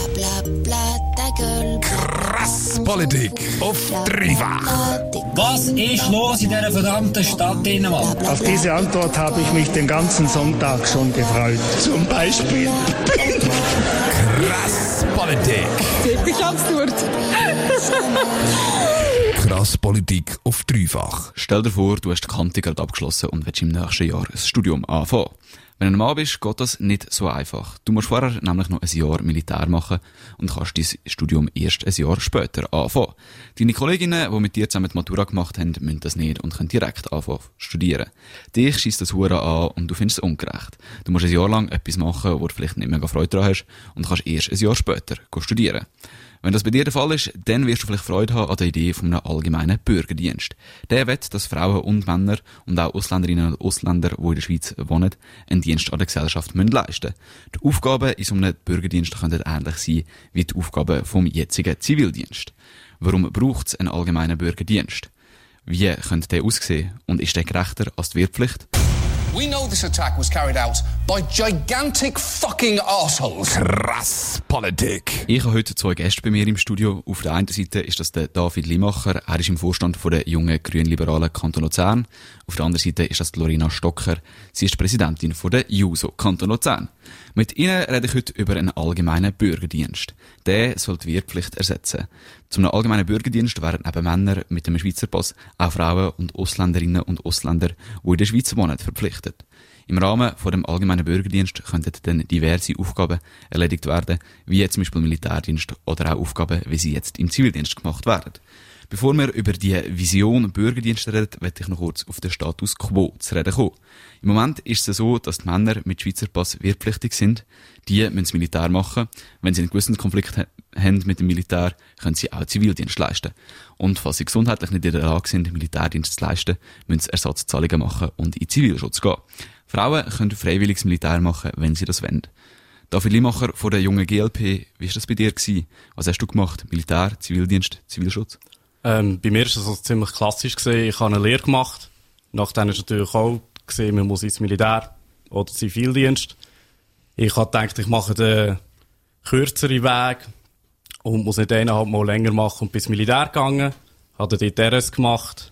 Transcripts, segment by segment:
Krass Politik auf dreifach. Was ist los in dieser verdammten Stadt Dänemark? Auf diese Antwort habe ich mich den ganzen Sonntag schon gefreut. Zum Beispiel. Krass Politik. Wirklich absurd. Krass Politik auf dreifach. Stell dir vor, du hast die Kante gerade abgeschlossen und willst im nächsten Jahr ein Studium anfangen. Wenn du ein Mann bist, geht das nicht so einfach. Du musst vorher nämlich noch ein Jahr Militär machen und kannst dein Studium erst ein Jahr später anfangen. Deine Kolleginnen, die mit dir zusammen die Matura gemacht haben, müssen das nicht und können direkt anfangen studieren. Dich scheisst das Hure an und du findest es ungerecht. Du musst ein Jahr lang etwas machen, wo du vielleicht nicht mega Freude daran hast und kannst erst ein Jahr später studieren. Wenn das bei dir der Fall ist, dann wirst du vielleicht Freude haben an der Idee von einem allgemeinen Bürgerdienst. Der will, dass Frauen und Männer und auch Ausländerinnen und Ausländer, die in der Schweiz wohnen, einen Dienst an der Gesellschaft leisten müssen. Die Aufgaben in so einem Bürgerdienst können ähnlich sein wie die Aufgaben vom jetzigen Zivildienst. Warum braucht es einen allgemeinen Bürgerdienst? Wie könnte der aussehen? Und ist der gerechter als die Wehrpflicht? We know this attack was carried out by gigantic fucking assholes. Krass Politik. Ich habe heute zwei Gäste bei mir im Studio. Auf der einen Seite ist das der David Limacher. Er ist im Vorstand von der jungen grünliberalen Kanton Luzern. Auf der anderen Seite ist das Lorena Stocker. Sie ist Präsidentin von der JUSO Kanton Luzern. Mit ihnen rede ich heute über einen allgemeinen Bürgerdienst. Der soll die Wehrpflicht ersetzen. Zum allgemeinen Bürgerdienst wären neben Männern mit dem Schweizer Pass auch Frauen und Ausländerinnen und Ausländer, die in der Schweiz wohnen, verpflichtet. Im Rahmen von dem allgemeinen Bürgerdienst könnten dann diverse Aufgaben erledigt werden, wie zum Beispiel Militärdienst oder auch Aufgaben, wie sie jetzt im Zivildienst gemacht werden. Bevor wir über die Vision Bürgerdienst reden, möchte ich noch kurz auf den Status quo zu reden kommen. Im Moment ist es so, dass die Männer mit Schweizer Pass wehrpflichtig sind. Die müssen das Militär machen. Wenn sie einen gewissen Konflikt haben mit dem Militär, können sie auch Zivildienst leisten. Und falls sie gesundheitlich nicht in der Lage sind, Militärdienst zu leisten, müssen sie Ersatzzahlungen machen und in Zivilschutz gehen. Frauen können freiwilliges Militär machen, wenn sie das wollen. David Limacher von der jungen GLP, wie war das bei dir gewesen? Was hast du gemacht? Militär, Zivildienst, Zivilschutz? Bei mir ist das ziemlich klassisch gewesen. Ich habe eine Lehre gemacht. Nachdem ist natürlich auch gesehen, man muss ins Militär oder Zivildienst. Ich habe gedacht, ich mache den kürzeren Weg und muss nicht eineinhalb Mal länger machen und bis Militär gegangen. Habe dort RS gemacht.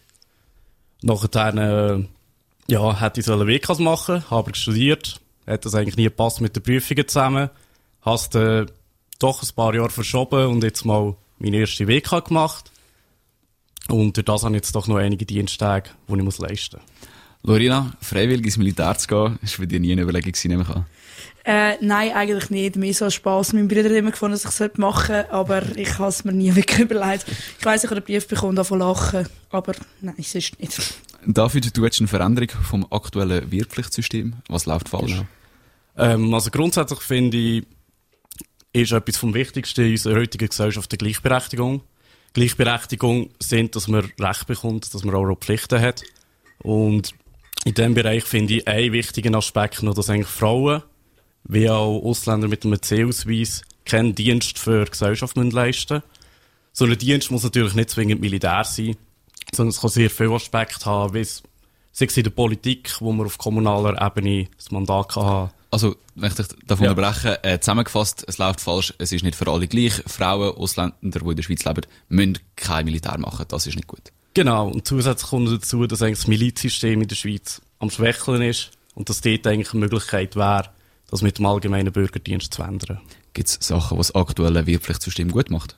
Nachher, hätte ich WKs machen, habe aber studiert. Hat das eigentlich nie gepasst mit den Prüfungen zusammen. Habe es dann doch ein paar Jahre verschoben und jetzt mal meine erste WK gemacht. Und durch das habe ich jetzt doch noch einige Diensttage, die ich leisten muss. Lorena, freiwillig ins Militär zu gehen, ist für dich nie eine Überlegung gewesen, nehme ich an? Nein, eigentlich nicht. Mir so Spass. Mein Bruder hat immer gefunden, dass ich es machen sollte, aber ich habe es mir nie wirklich überlegt. Ich weiss, ich habe einen Brief bekommen, davon lachen, aber nein, es ist nicht. David, du hast eine Veränderung vom aktuellen Wehrpflichtsystem. Was läuft falsch? Also grundsätzlich finde ich, ist etwas vom Wichtigsten in unserer heutigen Gesellschaft die Gleichberechtigung. Gleichberechtigung sind, dass man Recht bekommt, dass man auch Pflichten hat. Und in diesem Bereich finde ich einen wichtigen Aspekt noch, dass eigentlich Frauen, wie auch Ausländer mit einem C-Ausweis, keinen Dienst für die Gesellschaft leisten müssen. So ein Dienst muss natürlich nicht zwingend Militär sein, sondern es kann sehr viele Aspekte haben, wie es sei es in der Politik, wo man auf kommunaler Ebene das Mandat kann haben. Also, wenn ich dich davon unterbreche, zusammengefasst, es läuft falsch, es ist nicht für alle gleich. Frauen, Ausländer, die in der Schweiz leben, müssen kein Militär machen, das ist nicht gut. Genau, und zusätzlich kommt dazu, dass eigentlich das Milizsystem in der Schweiz am Schwächeln ist und dass dort eigentlich eine Möglichkeit wäre, das mit dem allgemeinen Bürgerdienst zu ändern. Gibt es Sachen, die das aktuelle Wehrpflichtsystem gut macht?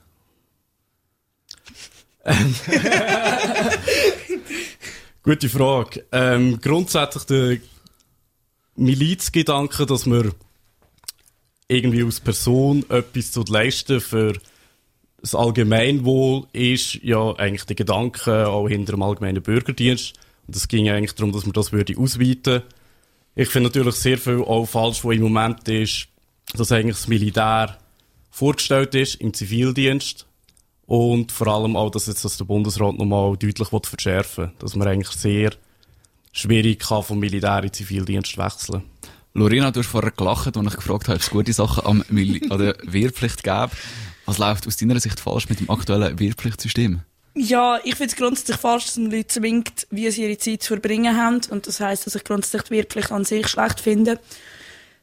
Gute Frage. Grundsätzlich der Milizgedanke, dass man irgendwie als Person etwas zu leisten für das Allgemeinwohl, ist ja eigentlich der Gedanke auch hinter dem allgemeinen Bürgerdienst. Und es ging eigentlich darum, dass man das ausweiten würde. Ich finde natürlich sehr viel auch falsch, was im Moment ist, dass eigentlich das Militär vorgestellt ist im Zivildienst. Und vor allem auch, dass jetzt das der Bundesrat nochmal deutlich verschärfen will. Dass man eigentlich sehr schwierig kann vom Militär in den Zivildienst wechseln. Lorena, du hast vorher gelacht, als ich gefragt habe, ob es gute Sachen an der Wehrpflicht gäbe. Was läuft aus deiner Sicht falsch mit dem aktuellen Wehrpflichtsystem? Ja, ich finde es grundsätzlich falsch, dass man Leute zwingt, wie sie ihre Zeit zu verbringen haben. Und das heisst, dass ich grundsätzlich die Wehrpflicht an sich schlecht finde.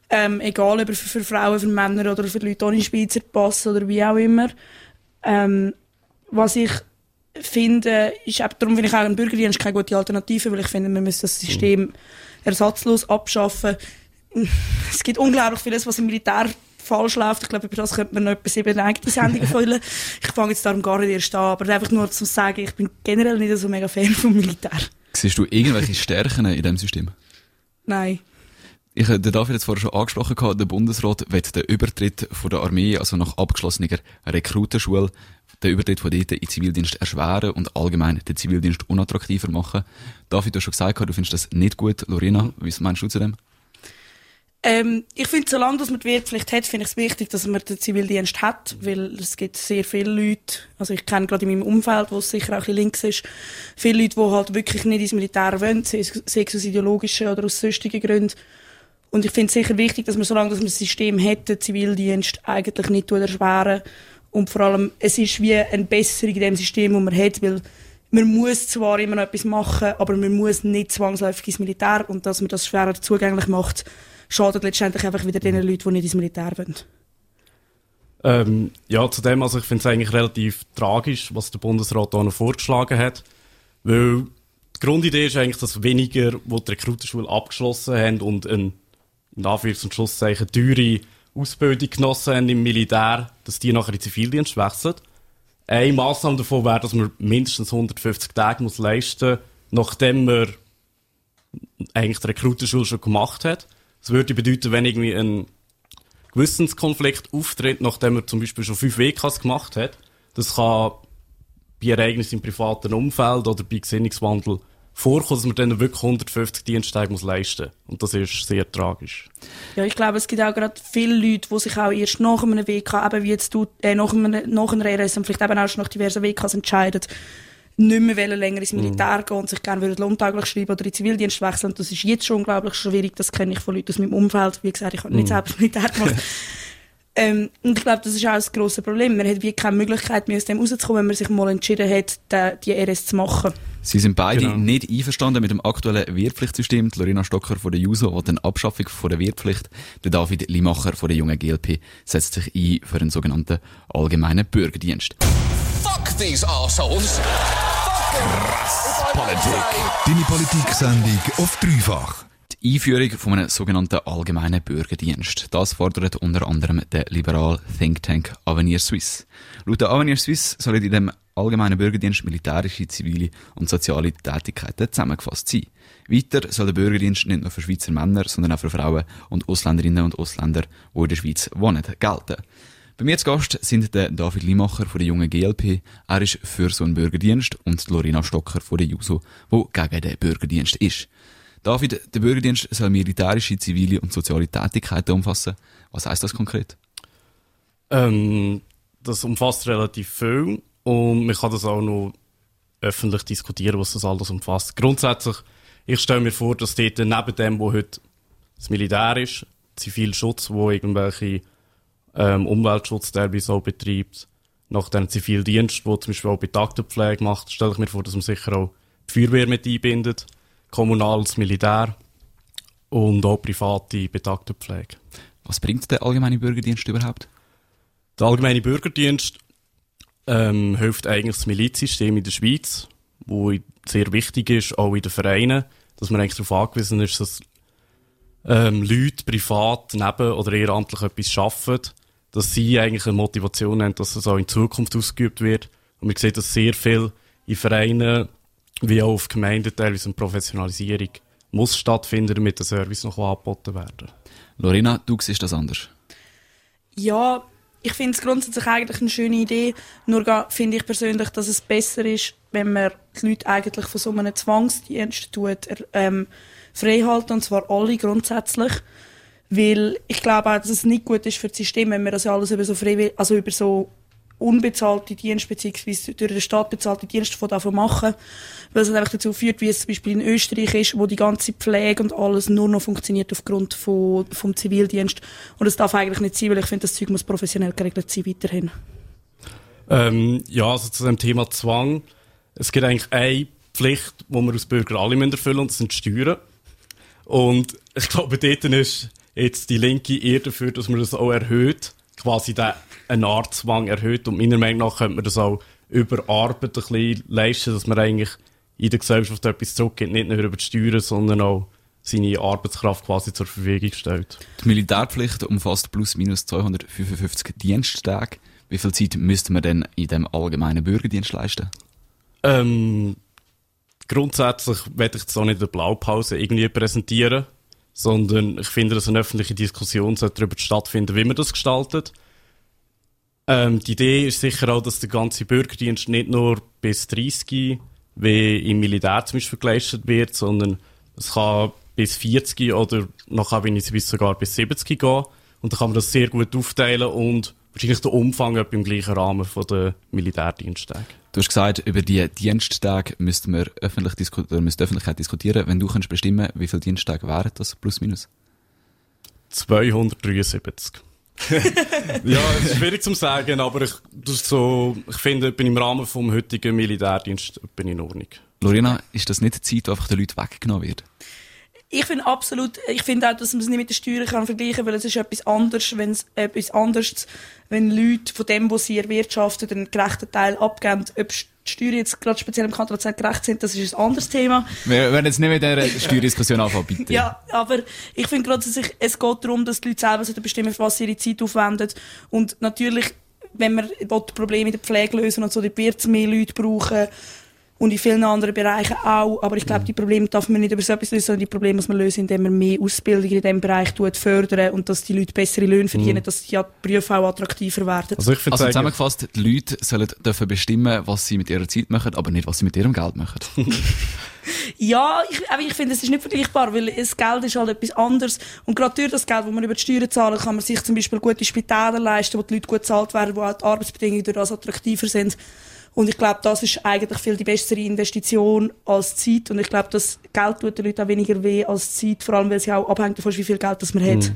Egal ob für Frauen, für Männer oder für Leute ohne Schweizer Pass oder wie auch immer. Was ich finde, ist, darum finde ich auch ein Bürgerdienst keine gute Alternative, weil ich finde, man müsste das System ersatzlos abschaffen. Es gibt unglaublich vieles, was im Militär falsch läuft. Ich glaube, über das könnte man noch etwa 7 eigene Sendungen füllen. Ich fange jetzt darum gar nicht erst an, aber einfach nur zu sagen, ich bin generell nicht so mega Fan vom Militär. Siehst du irgendwelche Stärken in diesem System? Nein. Der David hat es vorher schon angesprochen, der Bundesrat will den Übertritt von der Armee, also nach abgeschlossener Rekrutenschule, den Übertritt von dort in den Zivildienst erschweren und allgemein den Zivildienst unattraktiver machen. David, du hast schon gesagt, du findest das nicht gut. Lorena, was meinst du zu dem? Ich finde, solange man die Wehrpflicht hat, finde ich es wichtig, dass man den Zivildienst hat, weil es gibt sehr viele Leute, also ich kenne gerade in meinem Umfeld, wo es sicher auch ein bisschen links ist, viele Leute, die halt wirklich nicht ins Militär wollen, sei es aus ideologischen oder aus sonstigen Gründen. Und ich finde es sicher wichtig, dass man, solange man das System hat, den Zivildienst eigentlich nicht erschweren. Und vor allem, es ist wie eine Besserung in dem System, das man hat, weil man muss zwar immer noch etwas machen, aber man muss nicht zwangsläufig ins Militär. Und dass man das schwerer zugänglich macht, schadet letztendlich einfach wieder den Leuten, die nicht ins Militär wollen. Ja, zu dem, also ich finde es eigentlich relativ tragisch, was der Bundesrat da noch vorgeschlagen hat. Weil die Grundidee ist eigentlich, dass weniger, die die Rekrutenschule abgeschlossen haben und eine, in Anführungs- und Schlusszeichen, teure Ausbildung genossen haben im Militär, dass die nachher in den Zivildienst wechseln. Eine Massnahme davon wäre, dass man mindestens 150 Tage muss leisten muss, nachdem man eigentlich die Rekrutenschule schon gemacht hat. Das würde bedeuten, wenn irgendwie ein Gewissenskonflikt auftritt, nachdem man zum Beispiel schon 5 WKs gemacht hat. Das kann bei Ereignissen im privaten Umfeld oder bei Gesinnungswandel vorkommen, dass man dann wirklich 150 Diensttage muss leisten muss. Und das ist sehr tragisch. Ja, ich glaube, es gibt auch gerade viele Leute, die sich auch erst nach einem WK, eben wie jetzt du, nach einer RS und vielleicht eben auch schon nach diversen WKs entscheiden, nicht mehr länger ins Militär gehen und sich gerne lohntauglich schreiben oder in den Zivildienst wechseln. Und das ist jetzt schon unglaublich schwierig. Das kenne ich von Leuten aus meinem Umfeld. Wie gesagt, ich habe nicht selber Militär gemacht. Und ich glaube, das ist auch ein grosses Problem. Man hat wie keine Möglichkeit mehr aus dem rauszukommen, wenn man sich mal entschieden hat, die RS zu machen. Sie sind beide nicht einverstanden mit dem aktuellen Wehrpflichtsystem. Die Lorena Stocker von der JUSO will eine Abschaffung von der Wehrpflicht. Der David Limacher von der jungen GLP setzt sich ein für einen sogenannten allgemeinen Bürgerdienst. Fuck these arseholes! Krass Politik. Deine Politik-Sendung auf dreifach. Die Einführung von einem sogenannten allgemeinen Bürgerdienst. Das fordert unter anderem der liberale Think Tank Avenir Suisse. Laut der Avenir Suisse sollen in dem allgemeinen Bürgerdienst militärische, zivile und soziale Tätigkeiten zusammengefasst sein. Weiter soll der Bürgerdienst nicht nur für Schweizer Männer, sondern auch für Frauen und Ausländerinnen und Ausländer, die in der Schweiz wohnen, gelten. Bei mir zu Gast sind der David Limacher von der jungen GLP. Er ist für so einen Bürgerdienst und Lorena Stocker von der JUSO, die gegen den Bürgerdienst ist. David, der Bürgerdienst soll militärische, zivile und soziale Tätigkeiten umfassen. Was heisst das konkret? Das umfasst relativ viel und man kann das auch noch öffentlich diskutieren, was das alles umfasst. Grundsätzlich, ich stelle mir vor, dass dort neben dem, wo heute das Militär ist, Zivilschutz, wo irgendwelche Umweltschutz teilweise auch betreibt, nach dem Zivildienst, wo zum Beispiel auch Betagtenpflege macht, stelle ich mir vor, dass man sicher auch die Feuerwehr mit einbindet, kommunales Militär und auch private Betagtenpflege. Was bringt der allgemeine Bürgerdienst überhaupt? Der allgemeine Bürgerdienst hilft eigentlich das Milizsystem in der Schweiz, wo sehr wichtig ist, auch in den Vereinen, dass man eigentlich darauf angewiesen ist, dass Leute privat neben oder ehrenamtlich etwas arbeiten, dass sie eigentlich eine Motivation haben, dass es auch in Zukunft ausgeübt wird. Und man sieht, dass sehr viel in Vereinen wie auch auf Gemeinden teilweise eine Professionalisierung muss stattfinden, damit der Service noch angeboten werden. Lorena, du siehst das anders? Ja, ich finde es grundsätzlich eigentlich eine schöne Idee. Nur finde ich persönlich, dass es besser ist, wenn man die Leute eigentlich von so einem Zwangsdienst frei halten, und zwar alle grundsätzlich. Weil ich glaube auch, dass es nicht gut ist für das System, wenn wir das alles über so über so unbezahlte Dienste bzw. durch den Staat bezahlte Dienste davon machen, weil es einfach dazu führt, wie es zum Beispiel in Österreich ist, wo die ganze Pflege und alles nur noch funktioniert aufgrund vom Zivildienst. Und das darf eigentlich nicht sein, weil ich finde, das Zeug muss professionell geregelt sein weiterhin. Ja, also zu dem Thema Zwang. Es gibt eigentlich eine Pflicht, die wir als Bürger alle erfüllen müssen, und das sind die Steuern. Und ich glaube, dort ist jetzt die Linke eher dafür, dass man das auch erhöht, quasi einen Art Zwang erhöht. Und meiner Meinung nach könnte man das auch über Arbeit ein bisschen leisten, dass man eigentlich in der Gesellschaft etwas zurückgibt, nicht nur über die Steuern, sondern auch seine Arbeitskraft quasi zur Verfügung stellt. Die Militärpflicht umfasst plus minus 255 Diensttage. Wie viel Zeit müsste man denn in dem allgemeinen Bürgerdienst leisten? Grundsätzlich werde ich jetzt auch nicht eine Blaupause irgendwie präsentieren, sondern ich finde, dass eine öffentliche Diskussion darüber stattfinden, wie man das gestaltet. Die Idee ist sicher auch, dass der ganze Bürgerdienst nicht nur bis 30 wie im Militär zum Beispiel geleistet wird, sondern es kann bis 40 oder nachher bin ich bis sogar bis 70 gehen. Und dann kann man das sehr gut aufteilen und wahrscheinlich der Umfang etwa im gleichen Rahmen von der Militärdiensttage. Du hast gesagt, über die Diensttage müsste die Öffentlichkeit diskutieren. Wenn du kannst bestimmen, wie viele Diensttage wären das, plus minus? 273. Ja, es ist schwierig zu sagen, aber ich finde, ich bin im Rahmen vom heutigen Militärdienst bin ich in Ordnung. Lorena, ist das nicht die Zeit, die einfach den Leuten weggenommen wird? Ich finde auch, dass man es nicht mit den Steuern vergleichen kann, weil es ist etwas anderes, wenn Leute von dem, was sie erwirtschaften, einen gerechten Teil abgeben. Ob die Steuern jetzt gerade speziell im Kanton Luzern gerecht sind, das ist ein anderes Thema. Wir werden jetzt nicht mit dieser Steuerdiskussion anfangen, bitte. Ja, aber ich finde gerade, es geht darum, dass die Leute selber bestimmen, für was sie ihre Zeit aufwenden. Und natürlich, wenn man Probleme in der Pflege lösen und so, dann wird es mehr Leute brauchen. Und in vielen anderen Bereichen auch. Aber ich glaube, die Probleme darf man nicht über so etwas lösen, sondern die Probleme muss man lösen, indem man mehr Ausbildung in diesem Bereich fördern und dass die Leute bessere Löhne verdienen, dass die Berufe auch attraktiver werden. Also zusammengefasst, die Leute sollen dürfen bestimmen, was sie mit ihrer Zeit machen, aber nicht, was sie mit ihrem Geld machen. Ja, ich finde, es ist nicht vergleichbar, weil das Geld ist halt etwas anderes. Und gerade durch das Geld, das man über die Steuern zahlen, kann man sich zum Beispiel gute Spitäler leisten, wo die Leute gut bezahlt werden, wo auch die Arbeitsbedingungen durch das attraktiver sind. Und ich glaube, das ist eigentlich viel die bessere Investition als Zeit. Und ich glaube, das Geld tut den Leuten auch weniger weh als Zeit, vor allem, weil sie auch abhängt davon, wie viel Geld das man hat.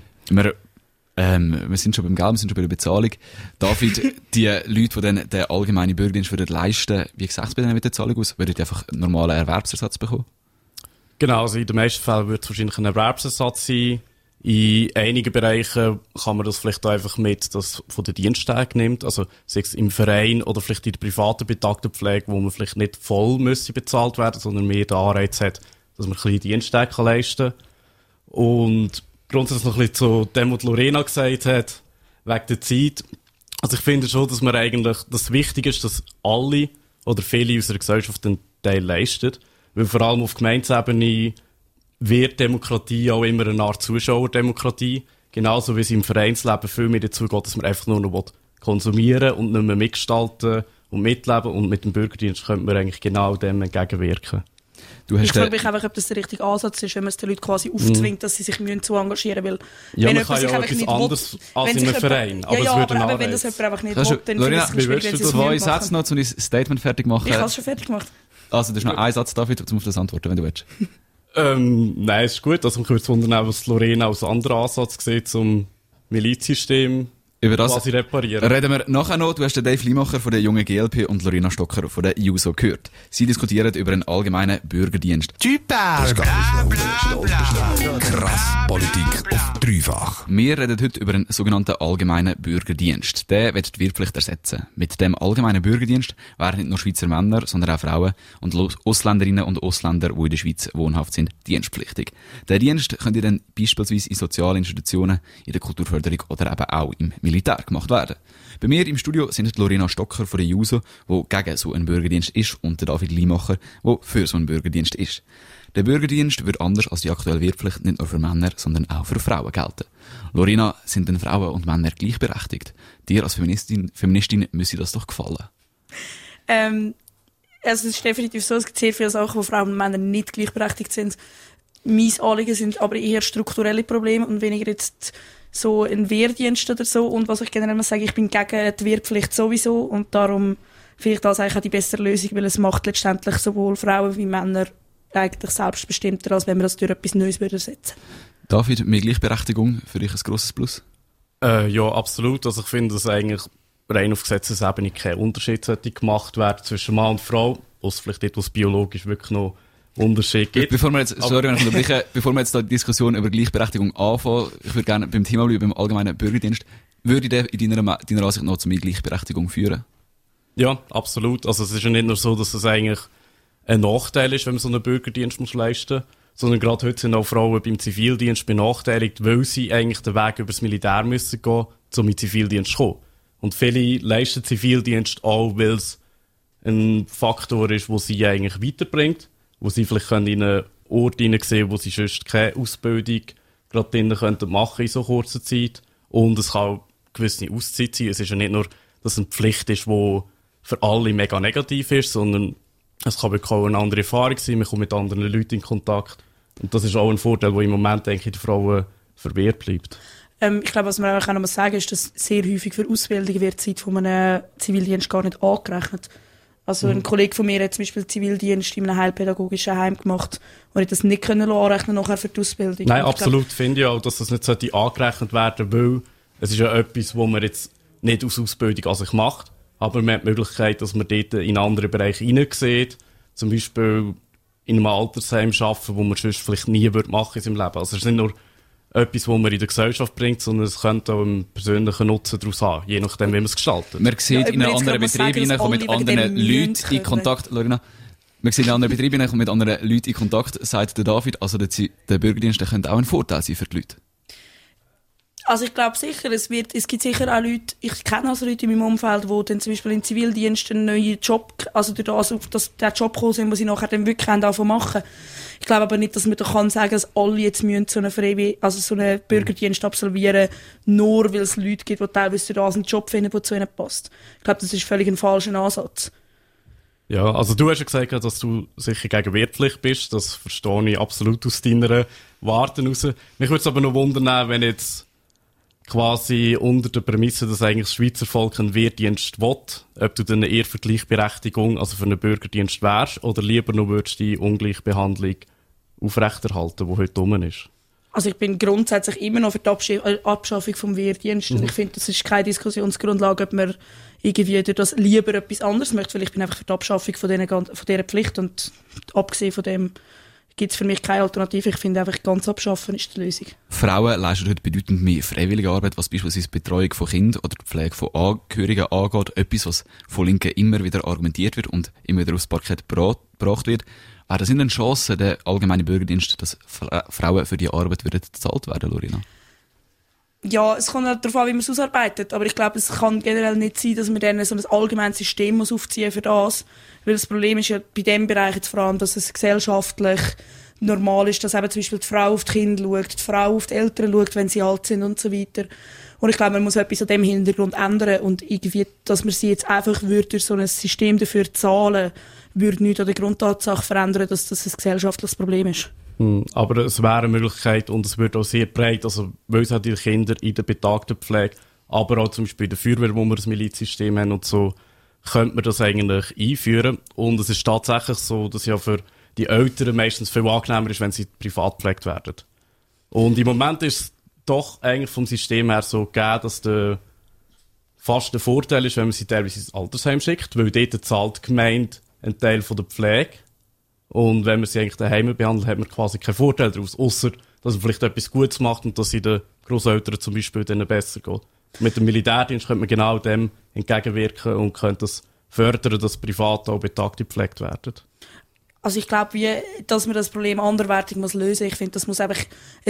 Wir sind schon beim Geld, wir sind schon bei der Bezahlung. David, die Leute, die dann den allgemeinen Bürgerdienst leisten würden, wie sieht es bei denen mit der Zahlung aus? Würden die einfach einen normalen Erwerbsersatz bekommen? Genau, also in den meisten Fällen wird es wahrscheinlich ein Erwerbsersatz sein. In einigen Bereichen kann man das vielleicht auch einfach mit das von den Diensttagen nimmt. Also, sei es im Verein oder vielleicht in der privaten Betagtenpflege, wo man vielleicht nicht voll müsste bezahlt werden, sondern mehr den Anreiz hat, dass man ein bisschen Diensttage leisten kann. Und grundsätzlich noch ein bisschen zu dem, was Lorena gesagt hat, wegen der Zeit. Also, ich finde schon, dass man eigentlich, das Wichtige ist, dass alle oder viele unserer Gesellschaft einen Teil leisten. Weil vor allem auf Gemeindeebene wird Demokratie auch immer eine Art Zuschauerdemokratie. Genauso wie es im Vereinsleben viel mehr dazu geht, dass man einfach nur noch konsumieren und nicht mehr mitgestalten und mitleben. Und mit dem Bürgerdienst könnte man eigentlich genau dem entgegenwirken. Ich frage mich einfach, ob das der richtige Ansatz ist, wenn man es den Leuten quasi aufzwingt, dass sie sich zu engagieren müssen. Ja, wenn man kann ja etwas anderes als in einem Verein. Aber wenn das jemand einfach nicht will, dann Lorena, finde ich es schwierig, zwei Sätze noch, um dein Statement fertig machen. Ich habe es schon fertig gemacht. Also, das ist noch ein Satz, David, um auf das antworten, wenn du willst. Nein, ist gut. Also, ich würde wundern, was Lorena als anderen Ansatz sieht, zum Milizsystem über das quasi reparieren. Reden wir nachher noch. Du hast den Dave Limacher von der jungen GLP und Lorena Stocker von der JUSO gehört. Sie diskutieren über einen allgemeinen Bürgerdienst. Typer! Krass Politik auf dreifach. Wir reden heute über einen sogenannten allgemeinen Bürgerdienst. Der wird die Wehrpflicht ersetzen. Mit dem allgemeinen Bürgerdienst wären nicht nur Schweizer Männer, sondern auch Frauen und Ausländerinnen und Ausländer, die in der Schweiz wohnhaft sind, dienstpflichtig. Der Dienst könnt ihr dann beispielsweise in sozialen Institutionen, in der Kulturförderung oder eben auch im Militär gemacht werden. Bei mir im Studio sind Lorena Stocker von der JUSO, die gegen so einen Bürgerdienst ist, und der David Limacher, der für so einen Bürgerdienst ist. Der Bürgerdienst wird anders als die aktuelle Wehrpflicht nicht nur für Männer, sondern auch für Frauen gelten. Lorena, sind denn Frauen und Männer gleichberechtigt? Dir als Feministin müsse das doch gefallen. Also es ist definitiv so, es gibt sehr viele Sachen, wo Frauen und Männer nicht gleichberechtigt sind. Mein Anliegen sind aber eher strukturelle Probleme und weniger jetzt so ein Wehrdienst oder so. Und was ich generell mal sage, ich bin gegen die Wehrpflicht sowieso und darum finde ich das eigentlich auch die bessere Lösung, weil es macht letztendlich sowohl Frauen wie Männer eigentlich selbstbestimmter, als wenn wir das durch etwas Neues ersetzen würden. David, mehr Gleichberechtigung für dich ein grosses Plus? Ja, absolut. Also ich finde, dass eigentlich rein auf Gesetzesebene kein Unterschied sollte gemacht werden zwischen Mann und Frau, was vielleicht etwas biologisch wirklich noch Unterschied gibt. Bevor wir jetzt da die Diskussion über Gleichberechtigung anfangen, ich würde gerne beim Thema bleiben, beim allgemeinen Bürgerdienst. Würde der in deiner Ansicht noch zu mehr Gleichberechtigung führen? Ja, absolut. Also es ist ja nicht nur so, dass es eigentlich ein Nachteil ist, wenn man so einen Bürgerdienst muss leisten muss, sondern gerade heute sind auch Frauen beim Zivildienst benachteiligt, weil sie eigentlich den Weg über das Militär müssen gehen, um in den Zivildienst zu kommen. Und viele leisten Zivildienst auch, weil es ein Faktor ist, der sie eigentlich weiterbringt, wo sie vielleicht in einen Ort hineinsehen, wo sie sonst keine Ausbildung gerade drinnen machen in so kurzer Zeit. Und es kann auch gewisse Auszeit sein. Es ist ja nicht nur, dass es eine Pflicht ist, die für alle mega negativ ist, sondern es kann wirklich auch eine andere Erfahrung sein. Man kommt mit anderen Leuten in Kontakt. Und das ist auch ein Vorteil, der im Moment, denke ich, den Frauen verwehrt bleibt. Ich glaube, was man auch noch sagen muss, ist, dass sehr häufig für Ausbildung wird die Zeit von einem Zivildienst gar nicht angerechnet. Also ein Kollege von mir hat zum Beispiel Zivildienst in einem heilpädagogischen Heim gemacht und hat das nicht anrechnen nachher für die Ausbildung. Nein, absolut. Finde ich auch, dass das nicht angerechnet werden sollte, weil es ist ja etwas, wo man jetzt nicht aus Ausbildung an sich macht, aber man hat die Möglichkeit, dass man dort in andere Bereiche hineinsieht, zum Beispiel in einem Altersheim arbeiten, wo man sonst vielleicht nie machen würde in seinem Leben. Also es ist nicht nur etwas, was man in der Gesellschaft bringt, sondern es könnte auch einen persönlichen Nutzen daraus haben, je nachdem, wie man es gestaltet. Man sieht in einen anderen Betrieb hineinkommen mit anderen Leuten in Kontakt. Lorena, man sieht in einen anderen Betrieb hineinkommen mit anderen Leuten in Kontakt, sagt der David, also der Bürgerdienst, der könnte auch ein Vorteil sein für die Leute. Also ich glaube sicher, es gibt sicher auch Leute, ich kenne also Leute in meinem Umfeld, die dann zum Beispiel im Zivildienst einen neuen Job, also durch das, auf den Job gekommen sind, den sie nachher dann wirklich anfangen machen. Ich glaube aber nicht, dass man da kann sagen, dass alle jetzt müssen so einen Bürgerdienst absolvieren, nur weil es Leute gibt, die teilweise durch das einen Job finden, der zu ihnen passt. Ich glaube, das ist völlig ein falscher Ansatz. Ja, also du hast ja gesagt, dass du sicher gegen Wehrpflicht bist. Das verstehe ich absolut aus deiner Warte raus. Mich würde es aber noch wundern, wenn jetzt quasi unter der Prämisse, dass eigentlich das Schweizer Volk einen Wehrdienst will, ob du dann eher für die Gleichberechtigung, also für einen Bürgerdienst wärst, oder lieber noch würdest die Ungleichbehandlung aufrechterhalten, die heute rum ist? Also ich bin grundsätzlich immer noch für die Abschaffung vom Wehrdienst. Und ich finde, das ist keine Diskussionsgrundlage, ob man irgendwie durch das lieber etwas anderes möchte, weil ich bin einfach für die Abschaffung von dieser Pflicht und abgesehen von dem gibt es für mich keine Alternative. Ich finde einfach, ganz abschaffen ist die Lösung. Frauen leisten heute bedeutend mehr freiwillige Arbeit, was beispielsweise die Betreuung von Kindern oder die Pflege von Angehörigen angeht. Etwas, was von Linken immer wieder argumentiert wird und immer wieder aufs Parkett gebracht wird. Wäre das eine Chance, der allgemeine Bürgerdienst, dass Frauen für die Arbeit bezahlt werden, Lorena? Ja, es kommt halt darauf an, wie man es ausarbeitet. Aber ich glaube, es kann generell nicht sein, dass man dann so ein allgemeines System muss aufziehen für das. Weil das Problem ist ja bei dem Bereich jetzt vor allem, dass es gesellschaftlich normal ist, dass eben zum Beispiel die Frau auf die Kinder schaut, die Frau auf die Eltern schaut, wenn sie alt sind und so weiter. Und ich glaube, man muss etwas an dem Hintergrund ändern. Und irgendwie, dass man sie jetzt einfach durch so ein System dafür zahlen, würde nichts an der Grundtatsache verändern, dass das ein gesellschaftliches Problem ist. Aber es wäre eine Möglichkeit und es wird auch sehr breit, also weil es halt die Kinder in der betagten Pflege, aber auch zum Beispiel in der Feuerwehr, wo wir das Milizsystem haben und so, könnte man das eigentlich einführen. Und es ist tatsächlich so, dass ja für die Eltern meistens viel angenehmer ist, wenn sie privat gepflegt werden. Und im Moment ist es doch eigentlich vom System her so gegeben, dass fast der Vorteil ist, wenn man sie teilweise ins Altersheim schickt, weil dort zahlt die Gemeinde einen Teil von der Pflege. Und wenn man sie eigentlich daheim behandelt, hat man quasi keinen Vorteil daraus. Ausser, dass man vielleicht etwas Gutes macht und dass es den Grosseltern zum Beispiel denen besser geht. Mit dem Militärdienst könnte man genau dem entgegenwirken und könnte das fördern, dass privat auch Betagte gepflegt werden. Also ich glaube, dass man das Problem anderweitig lösen muss. Ich finde, das muss einfach,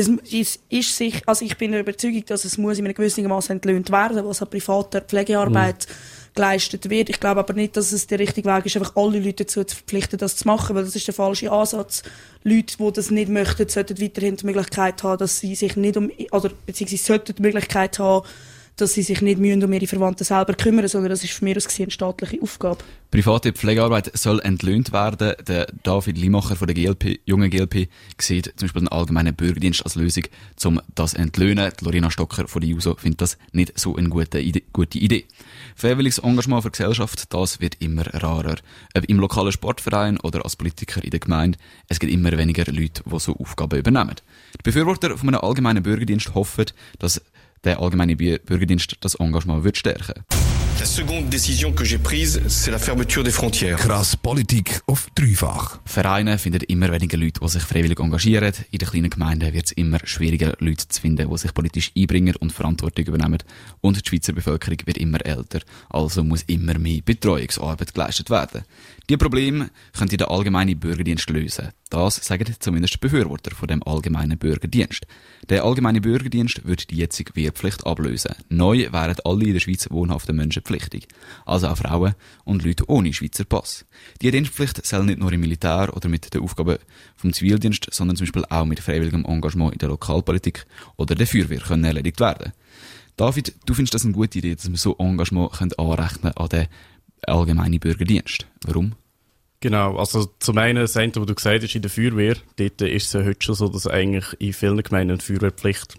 also ich bin der Überzeugung, dass es muss in einem gewissen Maße entlöhnt werden, was an privater Pflegearbeit geleistet wird. Ich glaube aber nicht, dass es der richtige Weg ist, einfach alle Leute dazu zu verpflichten, das zu machen, weil das ist der falsche Ansatz. Leute, die das nicht möchten, sollten weiterhin die Möglichkeit haben, dass sie sich nicht beziehungsweise sollten die Möglichkeit haben, dass sie sich nicht um ihre Verwandten selber kümmern, sondern das ist für mich aus gesehen eine staatliche Aufgabe. Private Pflegearbeit soll entlöhnt werden. Der David Limacher von der jungen GLP sieht zum Beispiel den allgemeinen Bürgerdienst als Lösung, um das zu entlöhnen. Die Lorena Stocker von der JUSO findet das nicht so eine gute Idee. Freiwilliges Engagement für die Gesellschaft, das wird immer rarer. Ob im lokalen Sportverein oder als Politiker in der Gemeinde, es gibt immer weniger Leute, die so Aufgaben übernehmen. Die Befürworter von einem allgemeinen Bürgerdienst hoffen, dass der allgemeine Bürgerdienst das Engagement wird stärken. La seconde décision que j'ai prise, c'est la fermeture des frontières. Krass Politik auf dreifach. Vereine finden immer weniger Leute, die sich freiwillig engagieren. In den kleinen Gemeinden wird es immer schwieriger, Leute zu finden, die sich politisch einbringen und Verantwortung übernehmen. Und die Schweizer Bevölkerung wird immer älter, also muss immer mehr Betreuungsarbeit geleistet werden. Diese Probleme könnte der allgemeine Bürgerdienst lösen. Das sagen zumindest die Befürworter von dem allgemeinen Bürgerdienst. Der allgemeine Bürgerdienst würde die jetzige Wehrpflicht ablösen. Neu wären alle in der Schweiz wohnhaften Menschen pflichtig. Also auch Frauen und Leute ohne Schweizer Pass. Die Dienstpflicht soll nicht nur im Militär oder mit den Aufgaben vom Zivildienst, sondern zum Beispiel auch mit freiwilligem Engagement in der Lokalpolitik oder der Feuerwehr können erledigt werden. David, du findest das eine gute Idee, dass wir so Engagement anrechnen an den allgemeinen Bürgerdienst. Warum? Genau, also zum einen, das eine, was du gesagt hast, in der Feuerwehr, dort ist es ja heute schon so, dass eigentlich in vielen Gemeinden eine Feuerwehrpflicht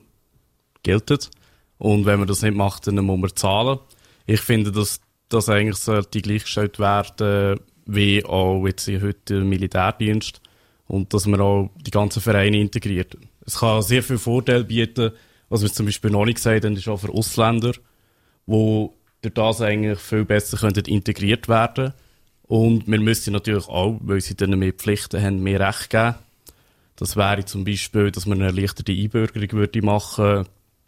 gilt. Und wenn man das nicht macht, dann muss man zahlen. Ich finde, dass das eigentlich sollte gleichgestellt werden, wie auch jetzt heute im Militärdienst. Und dass man auch die ganzen Vereine integriert. Es kann sehr viel Vorteile bieten, was wir zum Beispiel noch nicht gesagt haben, ist auch für Ausländer, die durch das eigentlich viel besser integriert werden können. Und wir müssen natürlich auch, weil sie dann mehr Pflichten haben, mehr Recht geben. Das wäre zum Beispiel, dass man eine erleichterte Einbürgerung würde machen,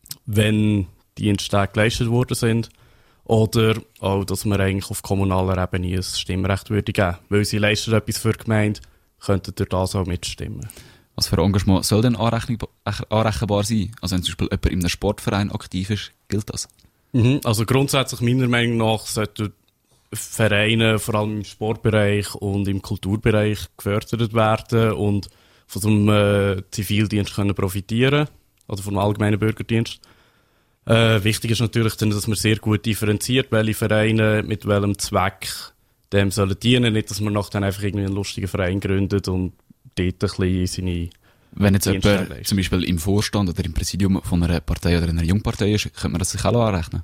wenn Dienste geleistet worden sind. Oder auch, dass man eigentlich auf kommunaler Ebene ein Stimmrecht würde geben. Weil sie leisten etwas für die Gemeinde, könnten durch das auch mitstimmen. Was für Engagement soll denn anrechenbar sein? Also wenn zum Beispiel jemand in einem Sportverein aktiv ist, gilt das? Also grundsätzlich meiner Meinung nach sollten Vereine vor allem im Sportbereich und im Kulturbereich gefördert werden und von so einem Zivildienst können profitieren oder vom allgemeinen Bürgerdienst. Wichtig ist natürlich dann, dass man sehr gut differenziert, welche Vereine mit welchem Zweck dem sollen dienen. Nicht, dass man nachher einfach irgendwie einen lustigen Verein gründet und dort ein bisschen seine... Wenn jetzt jemand zum Beispiel im Vorstand oder im Präsidium von einer Partei oder einer Jungpartei ist, könnte man das sich auch anrechnen?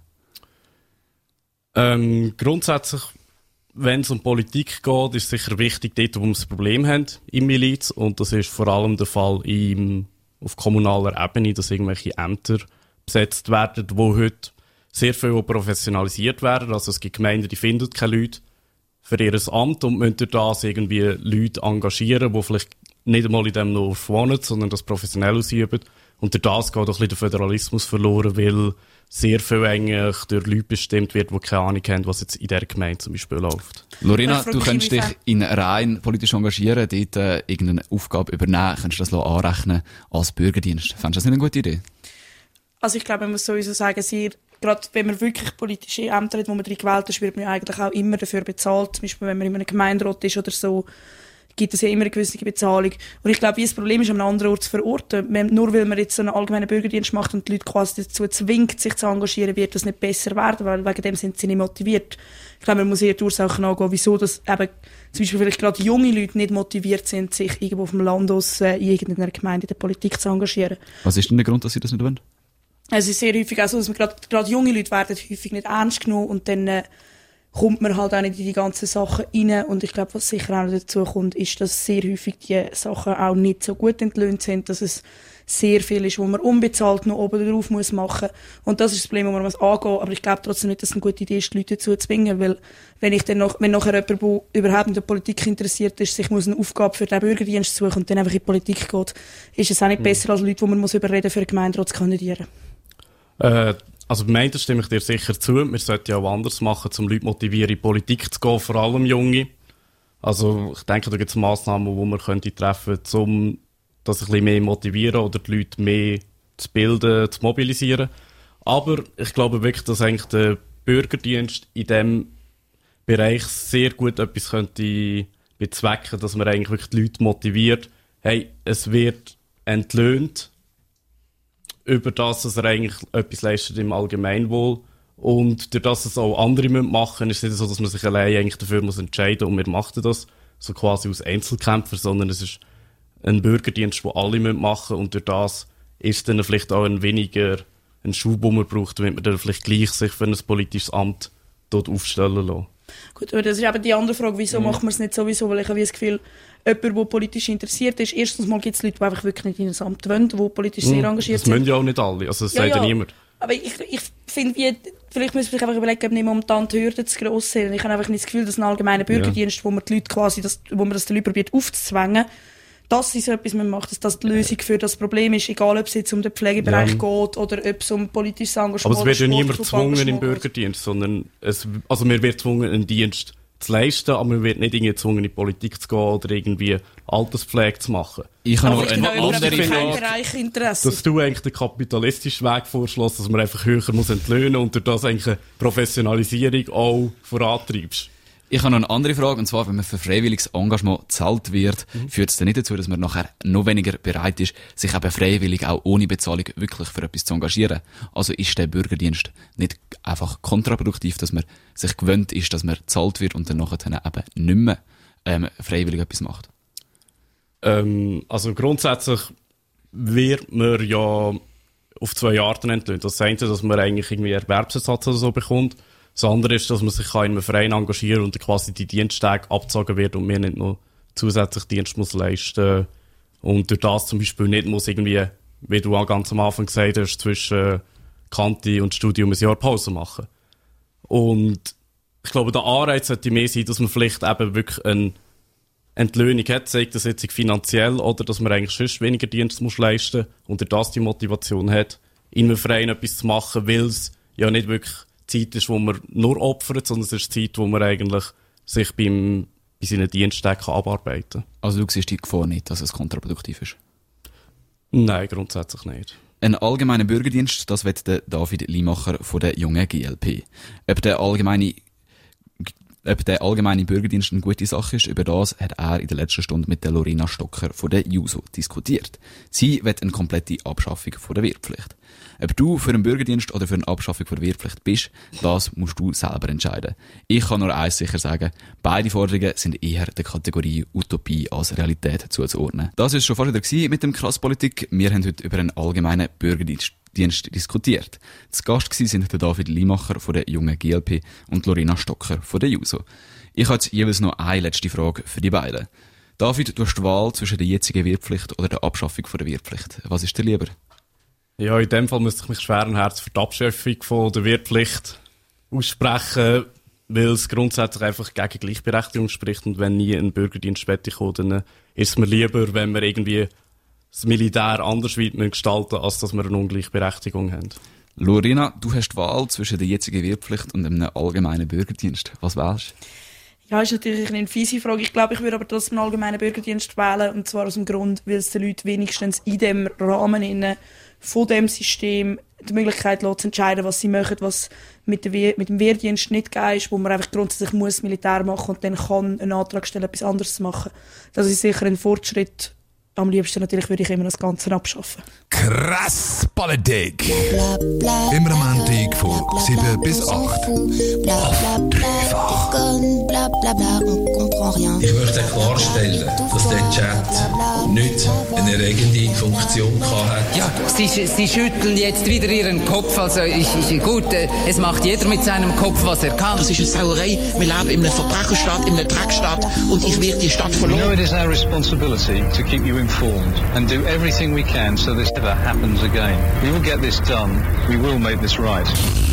Grundsätzlich, wenn es um Politik geht, ist sicher wichtig, dort, wo wir das Problem haben, im Miliz. Und das ist vor allem der Fall auf kommunaler Ebene, dass irgendwelche Ämter besetzt werden, die heute sehr viel professionalisiert werden. Also es gibt Gemeinden, die finden keine Leute für ihr Amt und müssen durch das irgendwie Leute engagieren, die vielleicht nicht einmal in dem nur wohnen, sondern das professionell ausüben. Und durch das geht auch ein bisschen der Föderalismus verloren, weil sehr viel eigentlich durch Leute bestimmt wird, die keine Ahnung haben, was jetzt in dieser Gemeinde zum Beispiel läuft. Lorena, du könntest dich in rein politisch engagieren, dort irgendeine Aufgabe übernehmen, könntest das anrechnen als Bürgerdienst. Fändest du das nicht eine gute Idee? Also ich glaube, man muss sowieso sagen, gerade wenn man wirklich politische Ämter hat, wo man drin gewählt ist, wird man ja eigentlich auch immer dafür bezahlt. Zum Beispiel, wenn man in einem Gemeinderat ist oder so, gibt es ja immer eine gewisse Bezahlung. Und ich glaube, das Problem ist, an einem anderen Ort zu verorten. Nur weil man jetzt so einen allgemeinen Bürgerdienst macht und die Leute quasi dazu zwingt, sich zu engagieren, wird das nicht besser werden, weil wegen dem sind sie nicht motiviert. Ich glaube, man muss eher die Ursachen angehen, wieso das eben zum Beispiel vielleicht gerade junge Leute nicht motiviert sind, sich irgendwo auf dem Land aus in irgendeiner Gemeinde in der Politik zu engagieren. Was ist denn der Grund, dass sie das nicht wollen? Es ist sehr häufig auch so, dass man gerade junge Leute werden häufig nicht ernst genommen und dann kommt man halt auch nicht in die ganzen Sachen rein. Und ich glaube, was sicher auch noch dazu kommt, ist, dass sehr häufig die Sachen auch nicht so gut entlöhnt sind, dass es sehr viel ist, wo man unbezahlt noch oben drauf muss machen. Und das ist das Problem, wo man muss angehen. Aber ich glaube trotzdem nicht, dass es eine gute Idee ist, die Leute dazu zu zwingen, weil wenn nachher jemand, der überhaupt in der Politik interessiert ist, sich muss eine Aufgabe für den Bürgerdienst suchen und dann einfach in die Politik geht, ist es auch nicht besser als Leute, die man muss überreden, für einen Gemeinderat zu kandidieren. Also beim einen stimme ich dir sicher zu. Wir sollten ja auch anders machen, um Leute motivieren, in die Politik zu gehen, vor allem Junge. Also ich denke, da gibt es Massnahmen, die man treffen könnte, um das ein bisschen mehr motivieren oder die Leute mehr zu bilden, zu mobilisieren. Aber ich glaube wirklich, dass eigentlich der Bürgerdienst in diesem Bereich sehr gut etwas könnte bezwecken, dass man eigentlich wirklich die Leute motiviert. Hey, es wird entlöhnt, über das, dass er eigentlich etwas leistet im Allgemeinwohl. Und durch das es auch andere machen müssen, ist es nicht so, dass man sich allein eigentlich dafür muss entscheiden und wir machen das so quasi als Einzelkämpfer, sondern es ist ein Bürgerdienst, den alle machen müssen und durch das ist dann vielleicht auch weniger ein Schub, den man braucht, damit man dann vielleicht gleich sich für ein politisches Amt dort aufstellen lässt. Gut, aber das ist eben die andere Frage, wieso macht man es nicht sowieso, weil ich habe das Gefühl, jemand, der politisch interessiert ist, erstens mal gibt es Leute, die einfach wirklich nicht in ein Amt wollen, die politisch sehr engagiert sind. Das müssen ja auch nicht alle, also das sagt ja niemand. Aber ich finde, vielleicht müssen wir sich einfach überlegen, ob nicht momentan die Hürden zu gross sind. Ich habe einfach nicht das Gefühl, dass ein allgemeiner Bürgerdienst, wo man die Leute quasi, wo man das den Leuten probiert aufzuzwängen, das ist so etwas, man macht, dass das die Lösung für das Problem ist, egal ob es jetzt um den Pflegebereich geht oder ob es um politisches Engagement geht. Aber es wird ja niemand gezwungen im Bürgerdienst, sondern wir werden gezwungen, einen Dienst zu leisten, aber man wird nicht irgendwie gezwungen, in die Politik zu gehen oder irgendwie Alterspflege zu machen. Ich habe noch eine andere Frage. Dass du eigentlich den kapitalistischen Weg vorschlägst, dass man einfach höher muss entlöhnen und durch das eigentlich eine Professionalisierung auch vorantreibst. Ich habe noch eine andere Frage, und zwar, wenn man für freiwilliges Engagement gezahlt wird, führt es dann nicht dazu, dass man nachher noch weniger bereit ist, sich eben freiwillig auch ohne Bezahlung wirklich für etwas zu engagieren. Also ist der Bürgerdienst nicht einfach kontraproduktiv, dass man sich gewöhnt ist, dass man gezahlt wird und dann nachher eben nicht mehr freiwillig etwas macht? Also grundsätzlich wird man ja auf 2 Arten entlöhnt. Das eine, dass man eigentlich irgendwie Erwerbsersatz oder so bekommt. Das andere ist, dass man sich in einem Verein engagieren kann und quasi die Diensttage abgezogen wird und mir nicht noch zusätzlich Dienst muss leisten und durch das zum Beispiel nicht muss irgendwie, wie du ganz am Anfang gesagt hast, zwischen Kante und Studium ein Jahr Pause machen. Und ich glaube, der Anreiz sollte mehr sein, dass man vielleicht eben wirklich eine Entlöhnung hat, sei das jetzt finanziell oder dass man eigentlich sonst weniger Dienst muss leisten und durch das die Motivation hat, in einem Verein etwas zu machen, weil es ja nicht wirklich Zeit ist, wo man nur opfert, sondern es ist Zeit, wo man eigentlich sich bei seinen Diensttagen abarbeiten kann. Also du siehst die Gefahr nicht, dass es kontraproduktiv ist? Nein, grundsätzlich nicht. Ein allgemeiner Bürgerdienst, das will der David Limacher von der jungen GLP. Ob der allgemeine Bürgerdienst eine gute Sache ist, über das hat er in der letzten Stunde mit der Lorina Stocker von der Juso diskutiert. Sie will eine komplette Abschaffung von der Wehrpflicht. Ob du für einen Bürgerdienst oder für eine Abschaffung von der Wehrpflicht bist, das musst du selber entscheiden. Ich kann nur eins sicher sagen, beide Forderungen sind eher der Kategorie Utopie als Realität zuzuordnen. Das ist schon fast wieder mit dem Krasspolitik. Wir haben heute über einen allgemeinen Bürgerdienst diskutiert. Zu Gast sind der David Limacher von der jungen GLP und Lorina Stocker von der Juso. Ich habe jetzt jeweils noch eine letzte Frage für die beiden. David, du hast die Wahl zwischen der jetzigen Wehrpflicht oder der Abschaffung von der Wehrpflicht. Was ist dir lieber? Ja, in dem Fall müsste ich mich schweren Herz für die Abschaffung von der Wehrpflicht aussprechen, weil es grundsätzlich einfach gegen Gleichberechtigung spricht und wenn nie ein Bürgerdienst kommt, dann ist es mir lieber, wenn wir irgendwie das Militär anders gestalten, als dass wir eine Ungleichberechtigung haben. Lorina, du hast die Wahl zwischen der jetzigen Wehrpflicht und einem allgemeinen Bürgerdienst. Was wählst du? Ja, ist natürlich eine fiese Frage. Ich glaube, ich würde aber trotzdem einen allgemeinen Bürgerdienst wählen. Und zwar aus dem Grund, weil es den Leuten wenigstens in dem Rahmen von dem System die Möglichkeit lässt, zu entscheiden, was sie machen, was mit dem Wehrdienst nicht gegeben ist, wo man einfach grundsätzlich muss Militär machen und dann kann einen Antrag stellen, etwas anderes zu machen. Das ist sicher ein Fortschritt. Am liebsten natürlich würde ich immer das Ganze abschaffen. Krass Politik. Immer am Montag von 7 bis 8. Auf Dreifach. Ich möchte klarstellen, dass der Chat nicht eine erregende Funktion hatte. Ja, Sie schütteln jetzt wieder Ihren Kopf. Also gut, es macht jeder mit seinem Kopf, was er kann. Das ist eine Sauerei. Wir leben in einer Verbrecherstadt, in einer Dreckstadt und ich werde die Stadt verloren. You know it is our responsibility to keep you informed and do everything we can so this never happens again. We will get this done. We will make this right.